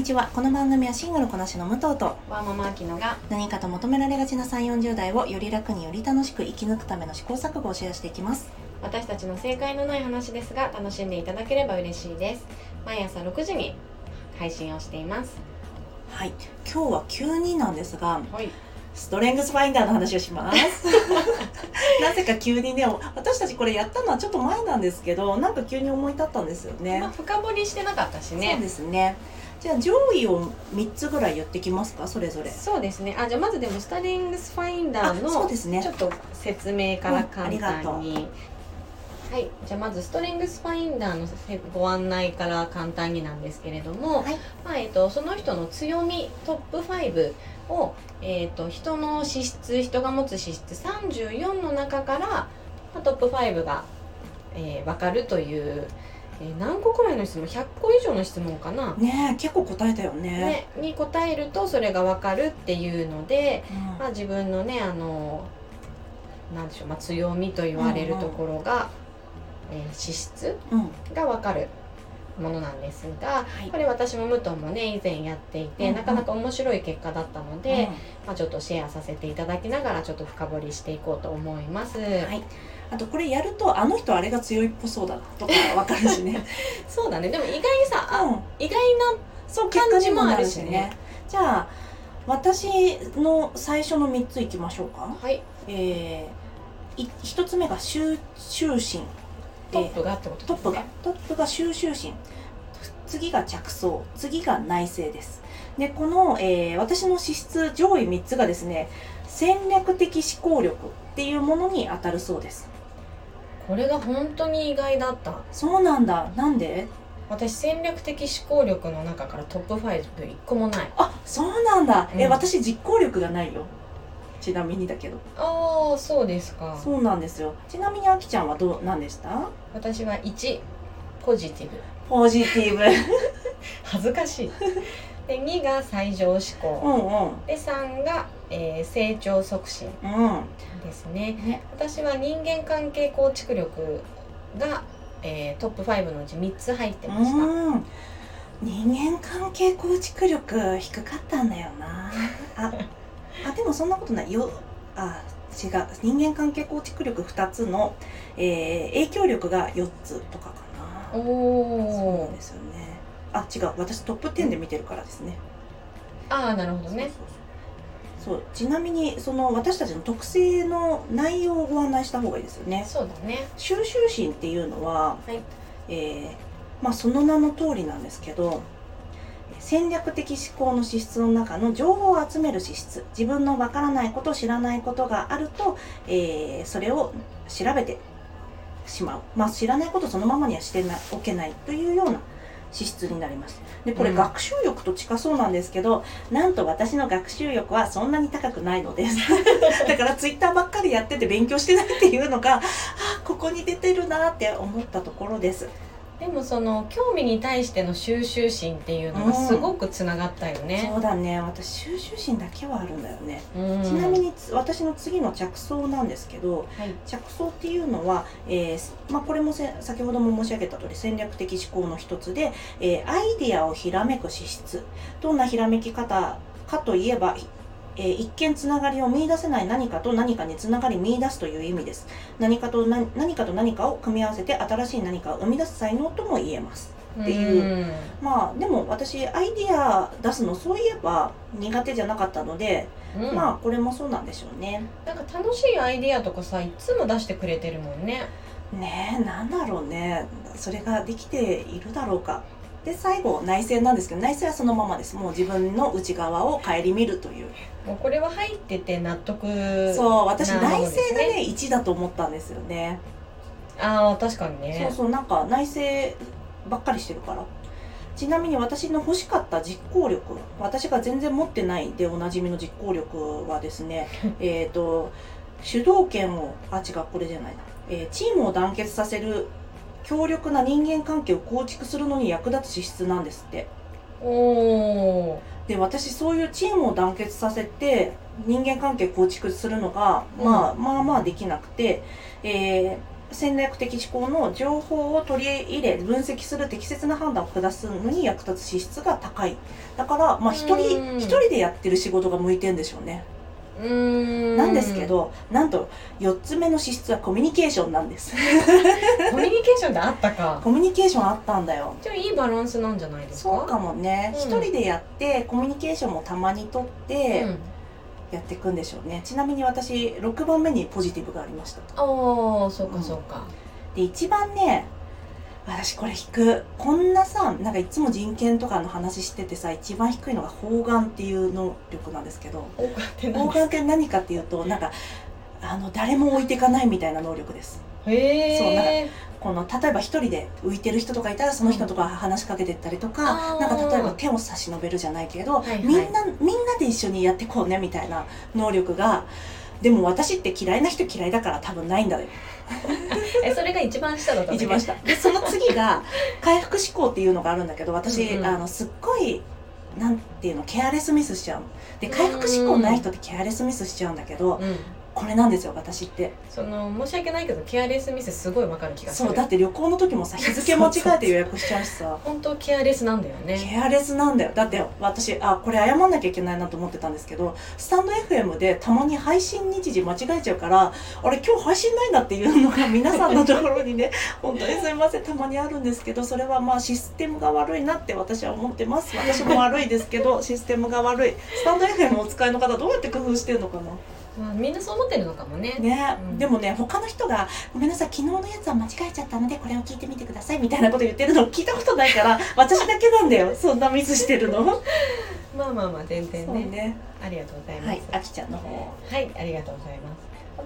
にちは。この番組はシングルこなしの武藤とワーママアキノが何かと求められがちな3、40代をより楽により楽しく生き抜くための試行錯誤をシェアしていきます。 私たちの正解のない話ですが楽しんでいただければ嬉しいです。毎朝6時に配信をしています。 はい、今日は急になんですが、 はい、 ストレングスファインダーの話をしますなぜか急にね、私たちこれやったのはちょっと前なんですけど、なんか急に思い立ったんですよね。 深掘りしてなかったしね。 そうですね。じゃあ上位を3つぐらい言ってきますか、それぞれ。 そうですね。じゃあまずでもストレングスファインダーのそうですね、 ちょっと説明から簡単に、はい、じゃあまずストレングスファインダーのご案内から簡単になんですけれども、 はい、 その人の強みトップ5を、人の資質、人が持つ資質34の中から、トップ5が、分かるという、何個くらいの質問、100個以上の質問かな、 ね、結構答えたよね。 に答えるとそれが分かるっていうので、 うん、 自分のねなんでしょう、強みと言われるところが、資質が分かるものなんですが、これ私も武藤もね以前やっていて、なかなか面白い結果だったので、ちょっとシェアさせていただきながらちょっと深掘りしていこうと思います。はい、 あとこれやるとあの人あれが強いっぽそうだとか分かるしねそうだね。でも意外にさ、意外な感じもあるしね。 じゃあ私の最初の3ついきましょうか。 はい。 1つ目が収集心。 トップがってことですね。 トップが収集心、次が着想、次が内省です。でこの、私の資質上位3つがですね、戦略的思考力っていうものに当たるそうです。 これが本当に意外だった。 そうなんだ。なんで？ 私戦略的思考力の中からトップ5 1個もない。 あ、そうなんだ。私実行力がないよ、ちなみにだけど。 ああ、そうですか。 そうなんですよ。ちなみにあきちゃんは何でした？ 私は1、ポジティブ。 ポジティブ恥ずかしいで2が最上志向、で3が、成長促進ですね。私は人間関係構築力が、トップ5のうち3つ入ってました。 人間関係構築力低かったんだよなでもそんなことないよ。違う、人間関係構築力2つの、影響力が4つとかかな。そうなんですよね。違う、私トップ10で見てるからですね。 なるほどね。 そう、ちなみにその私たちの特性の内容をご案内した方がいいですよね。 そうだね。 収集心っていうのは、その名の通りなんですけど、戦略的思考の資質の中の情報を集める資質、自分のわからないこと、知らないことがあると、それを調べてしまう、知らないことそのままにはしておけないというような資質になります。でこれ学習欲と近そうなんですけど、なんと私の学習欲はそんなに高くないのですだからツイッターばっかりやってて勉強してないっていうのがここに出てるなって思ったところです。 でもその興味に対しての収集心っていうのがすごくつながったよね。 そうだね。私収集心だけはあるんだよね。ちなみに私の次の着想なんですけど、着想っていうのは、これも先ほども申し上げた通り戦略的思考の一つで、アイデアをひらめく資質。どんなひらめき方かといえば、一見つながりを見出せない何かと何かにつながり見出すという意味です。何かと何かを組み合わせて新しい何かを生み出す才能とも言えますっていう。でも私アイディア出すのそういえば苦手じゃなかったので、これもそうなんでしょうね。 なんか楽しいアイディアとかさ、いつも出してくれてるもんね。 なんだろうね。それができているだろうか。で最後内省なんですけど、内省はそのままです。もう自分の内側を顧みるという。 もうこれは入ってて納得。 そう、私内省がね1だと思ったんですよね。 確かにね。 そう、なんか内省ばっかりしてるから。ちなみに私の欲しかった実行力、私が全然持ってないでおなじみの実行力はですね主導権を違う、これじゃないな、チームを団結させる強力な人間関係を構築するのに役立つ資質なんですって。で私そういうチームを団結させて人間関係構築するのが、まあできなくて、 戦略的思考の情報を取り入れ分析する適切な判断を下すのに役立つ資質が高い。だからまあ一人でやってる仕事が向いてるんでしょうね。なんですけど、なんと4つ目の資質はコミュニケーションなんですコミュニケーションってあったか。 コミュニケーションあったんだよ。 じゃあいいバランスなんじゃないですか。 そうかもね、一人でやってコミュニケーションもたまにとってやっていくんでしょうね。ちなみに私6番目にポジティブがありました。 ああ、そうかそうか。 で一番ね、私これ引く、こんなさ、なんかいつも人権とかの話しててさ、一番低いのが方眼っていう能力なんですけど、方眼って何かっていうと、なんか誰も置いていかないみたいな能力です。 へえ。 そう、なんかこの例えば一人で浮いてる人とかいたらその人とか話しかけてったりとか、なんか例えば手を差し伸べるじゃないけど、みんなで一緒にやってこうねみたいな能力が、でも私って嫌いな人嫌いだから多分ないんだよそれが一番下だったんだ一番下で、その次が回復思考っていうのがあるんだけど、私すっごいなんていうの、ケアレスミスしちゃうで、回復思考ない人ってケアレスミスしちゃうんだけど、これなんですよ私って。 申し訳ないけどケアレスミスすごいわかる気がする。 そうだって旅行の時もさ、日付間違えて予約しちゃうしさ本当ケアレスなんだよね。 ケアレスなんだよ。だって私これ謝んなきゃいけないなと思ってたんですけど、スタンド FM でたまに配信日時間違えちゃうから、あれ今日配信ないんだっていうのが皆さんのところにね本当にすいません、たまにあるんですけど、それはまあシステムが悪いなって私は思ってます。私も悪いですけどシステムが悪い。スタンド FM お使いの方どうやって工夫してるのかな。 みんなそう思ってるのかもね。 でもね、他の人がごめんなさい昨日のやつは間違えちゃったのでこれを聞いてみてくださいみたいなこと言ってるのを聞いたことないから私だけなんだよそんなミスしてるのまあ全然ね。 ね、 ありがとうございます。 はい、あきちゃんの方。 はい、ありがとうございます。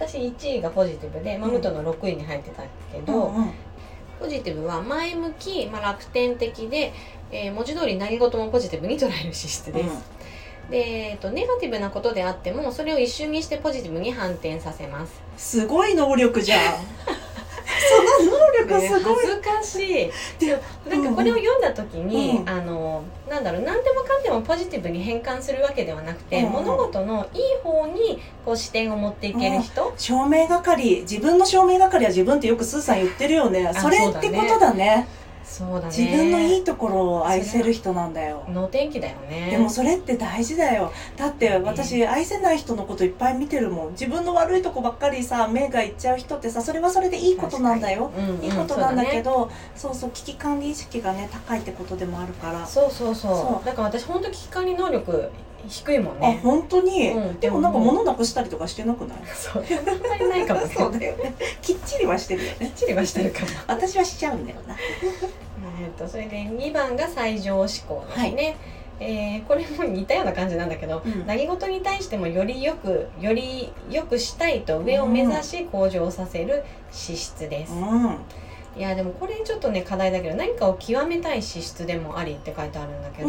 私1位がポジティブで、武藤の6位に入ってたけど、ポジティブは前向き、楽天的で、文字通り何事もポジティブに捉える資質です。でネガティブなことであってもそれを一瞬にしてポジティブに反転させます。 すごい能力じゃんその能力すごい、 恥ずかしい。なんかこれを読んだ時に、なんだろう、何でもかんでもポジティブに変換するわけではなくて、物事のいい方にこう視点を持っていける人、 証明係、自分の証明係は自分ってよくスーさん言ってるよね。それってことだね。 そうだね、 自分のいいところを愛せる人なんだよ。 能天気だよね。 でもそれって大事だよ。だって私愛せない人のこといっぱい見てるもん。自分の悪いとこばっかりさ目がいっちゃう人ってさ、それはそれでいいことなんだよ、いいことなんだけど、そう危機管理意識がね高いってことでもあるから。 そうだから私本当危機管理能力低いもんね。 本当に、でもなんか物なくしたりとかしてなくない？ そうあんまりないかもねそうだよね、きっちりはしてるよね。 きっちりはしてるかも私はしちゃうんだよなそれで2番が最上思考ですね、これも似たような感じなんだけど、何事に対してもよりよくしたいと上を目指し向上させる資質です、いやでもこれちょっとね課題だけど、何かを極めたい資質でもありって書いてあるんだけど、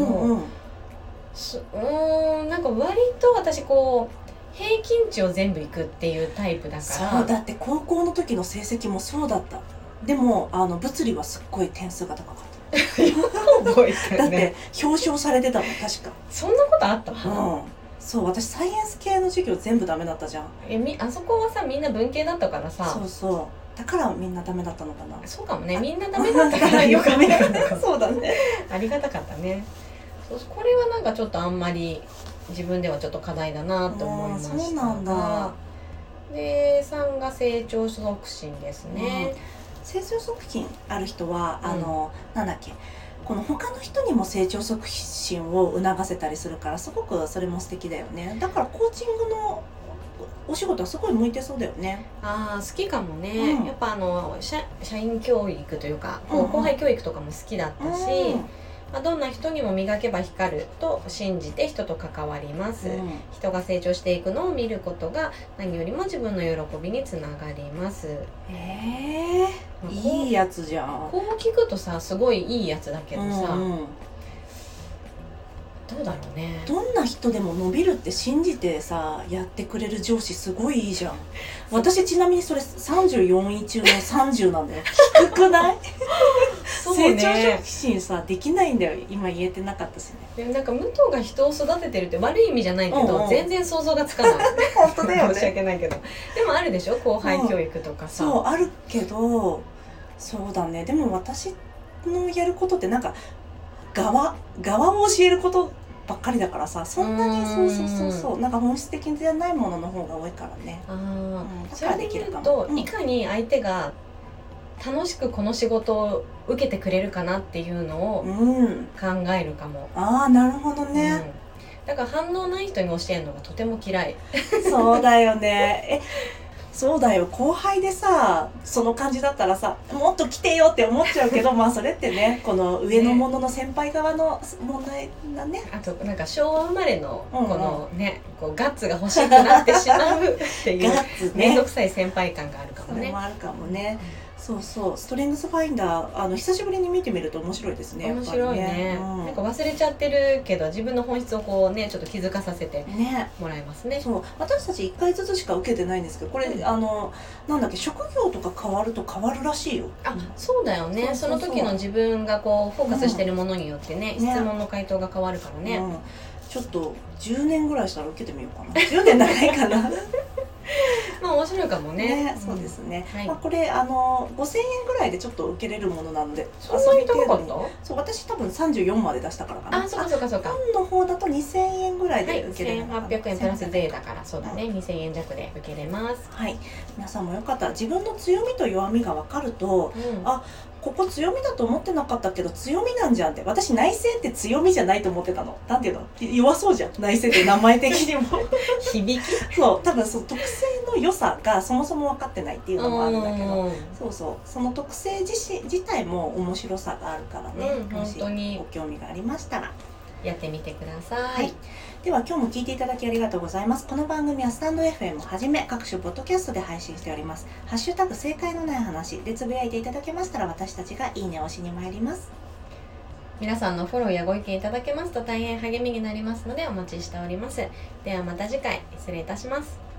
なんか割と私こう平均値を全部いくっていうタイプだから。 そうだって高校の時の成績もそうだった。でも物理はすっごい点数が高かった覚えてるね。 だって表彰されてたの確か。 そんなことあった？ そう、私サイエンス系の授業全部ダメだったじゃん。 あそこはさみんな文系だったからさ。 そうだからみんなダメだったのかな。 そうかもね、みんなダメだったからよかったそうだね、 ありがたかったね。これはなんかちょっとあんまり自分ではちょっと課題だなと思いましたが。 そうなんだ。 で3が成長促進ですね、 成長促進ある人はなんだっけ、この他の人にも成長促進を促せたりするから、すごくそれも素敵だよね。だからコーチングのお仕事はすごい向いてそうだよね。 好きかもね、やっぱ社員教育というか、後輩教育とかも好きだったし、どんな人にも磨けば光ると信じて人と関わります、人が成長していくのを見ることが何よりも自分の喜びにつながります。 いいやつじゃん。 こう聞くとさすごいいいやつだけどさ、どうだろうね。 どんな人でも伸びるって信じてさやってくれる上司すごいいいじゃん。私ちなみにそれ34位中の30なんだよ低くない？ そうね、 成長促進さできないんだよ。今言えてなかったしね。 でもなんか武藤が人を育ててるって悪い意味じゃないけど、全然想像がつかない本当だよね。 申し訳ないけど、でもあるでしょ、後輩教育とかさ。 そうあるけど、そうだね。でも私のやることってなんか側を教えることばっかりだからさ、そんなにそうなんか本質的じゃないものの方が多いからね。 それできると、いかに相手が楽しくこの仕事を受けてくれるかなっていうのを考えるかも。 なるほどね。 だから反応ない人に教えるのがとても嫌い。 そうだよね。そうだよ、後輩でさその感じだったらさ、もっと来てよって思っちゃうけどまあそれってね、この上の者の先輩側の問題だね。 あとなんか昭和生まれのこのね、こうガッツが欲しくなってしまうっていう面倒くさい先輩感があるかもね。 それもあるかもね。そうストレングスファインダー久しぶりに見てみると面白いですね。 面白いね。なんか忘れちゃってるけど自分の本質をこうねちょっと気づかさせてもらいますね。 そう私たち1回ずつしか受けてないんですけど、これなんだっけ、職業とか変わると変わるらしいよ。 そうだよね。その時の自分がこうフォーカスしてるものによってね、質問の回答が変わるからね。 ちょっと10年ぐらいしたら受けてみようかな。10年長いかな。 まあ面白いかもね。 そうですね。これ5000円ぐらいでちょっと受けれるものなので、 遊び程度に。 そう私多分34まで出したからかな。 そうか。 本の方だと2000円ぐらいで受けれる。 1800円プラス税だからそうだね。2000円弱で受けれます。 はい。皆さんもよかったら自分の強みと弱みが分かると、ここ強みだと思ってなかったけど強みなんじゃんって。私内政って強みじゃないと思ってたの。なんていうの、弱そうじゃん内政って名前的にも響き。 そう多分その特性の良さがそもそも分かってないっていうのもあるんだけど、その特性自体も面白さがあるからね、もしご興味がありましたらやってみてください。 では今日も聞いていただきありがとうございます。この番組はスタンド FM をはじめ各種ポッドキャストで配信しております。ハッシュタグ正解のない話でつぶやいていただけましたら私たちがいいねを押しに参ります。 皆さんのフォローやご意見いただけますと大変励みになりますのでお待ちしております。ではまた次回失礼いたします。